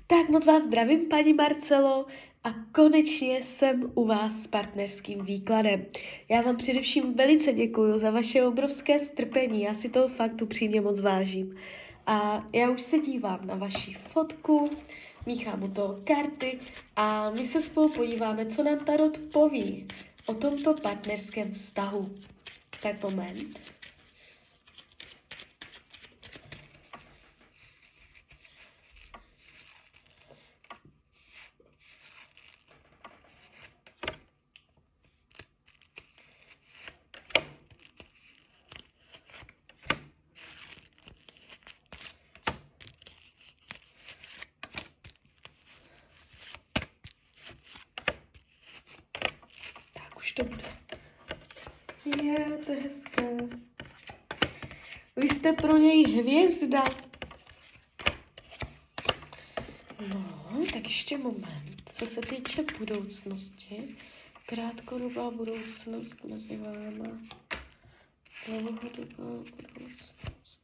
Tak moc vás zdravím, paní Marcelo, a konečně jsem u vás s partnerským výkladem. Já vám především velice děkuju za vaše obrovské strpení, já si toho fakt upřímně moc vážím. A já už se dívám na vaši fotku, míchám u toho karty a my se spolu podíváme, co nám tarot poví o tomto partnerském vztahu. Tak moment. Už to bude. To je hezké. Vy jste pro něj hvězda. No, tak ještě moment. Co se týče budoucnosti, krátkodobá budoucnost mezi váma. Dlouhodobá budoucnost.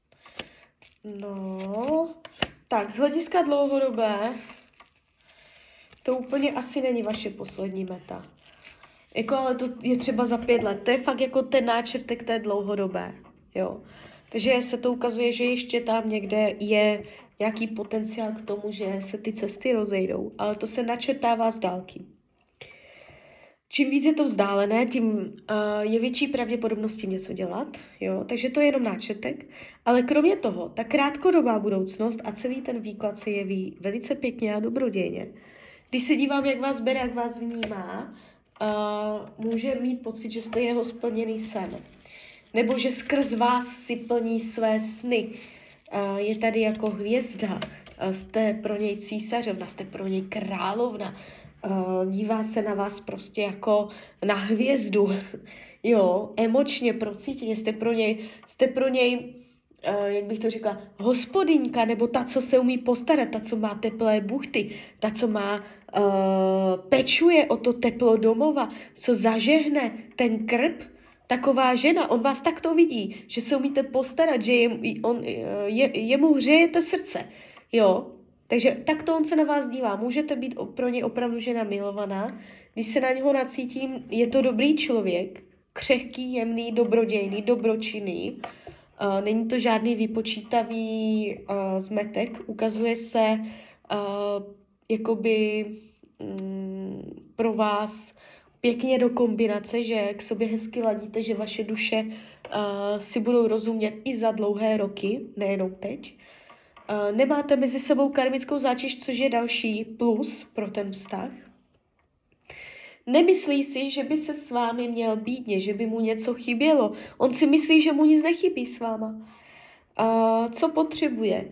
No, tak z hlediska dlouhodobé to úplně asi není vaše poslední meta. Jako, ale to je třeba za 5 let. To je fakt jako ten náčrtek té dlouhodobé, jo. Takže se to ukazuje, že ještě tam někde je nějaký potenciál k tomu, že se ty cesty rozejdou, ale to se načrtává z dálky. Čím víc je to vzdálené, tím je větší pravděpodobnost s tím něco dělat, jo. Takže to je jenom náčrtek. Ale kromě toho, ta krátkodobá budoucnost a celý ten výklad se jeví velice pěkně a dobrodějně. Když se dívám, jak vás bere, jak vás vnímá, může mít pocit, že jste jeho splněný sen. Nebo že skrz vás si plní své sny. Je tady jako hvězda. Jste pro něj císařovna, jste pro něj královna. Dívá se na vás prostě jako na hvězdu. Jo, emočně, procítěně. Jste pro něj, jak bych to řekla, hospodyňka, nebo ta, co se umí postarat, ta, co má teplé buchty, ta, co má pečuje o to teplo domova, co zažehne ten krb, taková žena, on vás takto vidí, že se umíte postarat, že jemu hřejete srdce, jo, takže takto on se na vás dívá, můžete být pro něj opravdu žena milovaná, když se na něho nacítím, je to dobrý člověk, křehký, jemný, dobrodějný, dobročinný, není to žádný vypočítavý zmetek, ukazuje se jakoby pro vás pěkně do kombinace, že k sobě hezky ladíte, že vaše duše si budou rozumět i za dlouhé roky, nejenom teď. Nemáte mezi sebou karmickou zátěž, což je další plus pro ten vztah. Nemyslí si, že by se s vámi měl bídně, že by mu něco chybělo. On si myslí, že mu nic nechybí s váma. Co potřebuje?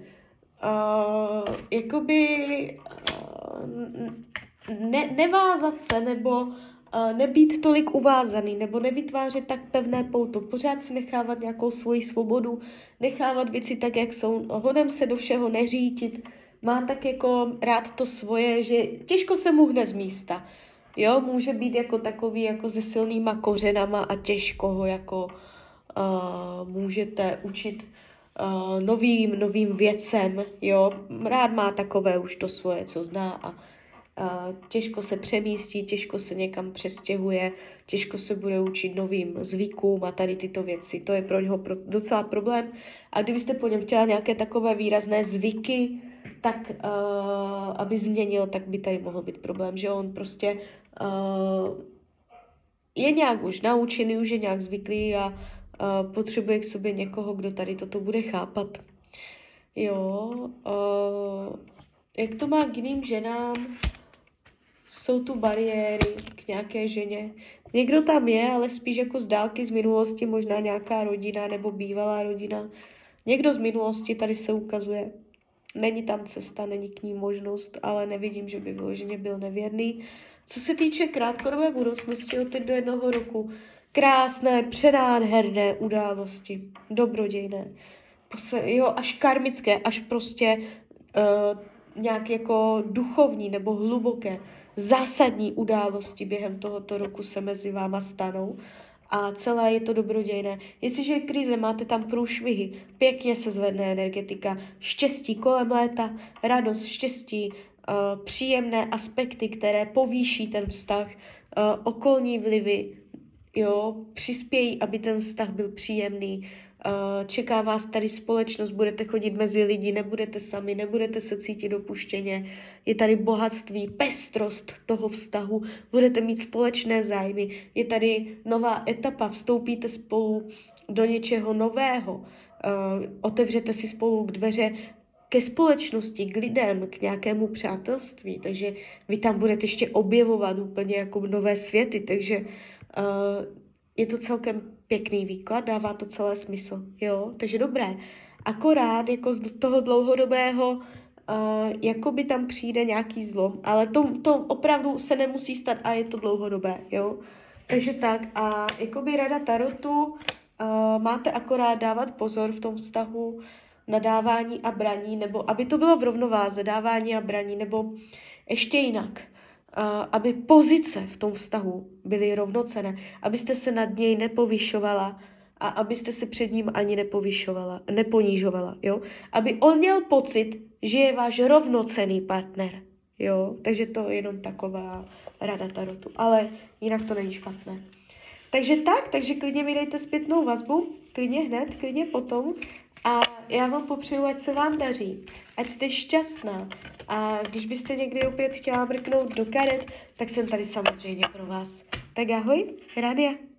Nevázat se, nebo nebýt tolik uvázaný, nebo nevytvářet tak pevné pouto. Pořád si nechávat nějakou svoji svobodu, nechávat věci tak, jak jsou. Honem se do všeho neřítit. Má tak jako rád to svoje, že těžko se mu hne z místa. Jo, může být jako takový jako se silnýma kořenama a těžko ho jako můžete učit novým věcem, jo. Rád má takové už to svoje, co zná a těžko se přemístí, těžko se někam přestěhuje, těžko se bude učit novým zvykům a tady tyto věci. To je pro něho docela problém. A kdybyste po něm chtěla nějaké takové výrazné zvyky, tak aby změnil, tak by tady mohl být problém, že on prostě je nějak už naučený, už je nějak zvyklý a potřebuje k sobě někoho, kdo tady toto bude chápat. Jo, jak to má k jiným ženám, jsou tu bariéry k nějaké ženě. Někdo tam je, ale spíš jako z dálky z minulosti, možná nějaká rodina nebo bývalá rodina. Někdo z minulosti tady se ukazuje. Není tam cesta, není k ní možnost, ale nevidím, že by vyloženě byl nevěrný. Co se týče krátkodobé budoucnosti od teď do 1 roku, krásné, přenádherné události, dobrodějné, jo, až karmické, až prostě nějak jako duchovní nebo hluboké, zásadní události během tohoto roku se mezi váma stanou a celé je to dobrodějné. Jestliže je krize, máte tam průšvihy, pěkně se zvedne energetika, štěstí kolem léta, radost, štěstí, příjemné aspekty, které povýší ten vztah, okolní vlivy, jo, přispějí, aby ten vztah byl příjemný. Čeká vás tady společnost, budete chodit mezi lidi, nebudete sami, nebudete se cítit opuštěně. Je tady bohatství, pestrost toho vztahu, budete mít společné zájmy. Je tady nová etapa, vstoupíte spolu do něčeho nového. Otevřete si spolu dveře ke společnosti, k lidem, k nějakému přátelství, takže vy tam budete ještě objevovat úplně jako nové světy, takže je to celkem pěkný výklad, dává to celé smysl, jo, takže dobré. Akorát jako z toho dlouhodobého, jakoby tam přijde nějaký zlom, ale to opravdu se nemusí stát a je to dlouhodobé, jo. Takže tak a jakoby rada tarotu, máte akorát dávat pozor v tom vztahu na dávání a braní, nebo aby to bylo v rovnováze, dávání a braní, nebo ještě jinak, aby pozice v tom vztahu byly rovnocenné, abyste se nad něj nepovyšovala a abyste se před ním ani neponížovala, jo? Aby on měl pocit, že je váš rovnocenný partner, jo? Takže to je jenom taková rada tarotu, ale jinak to není špatné. Takže klidně mi dejte zpětnou vazbu, klidně hned, klidně potom a já vám popřeju, ať se vám daří, ať jste šťastná a když byste někdy opět chtěla mrknout do karet, tak jsem tady samozřejmě pro vás. Tak ahoj, Rádia.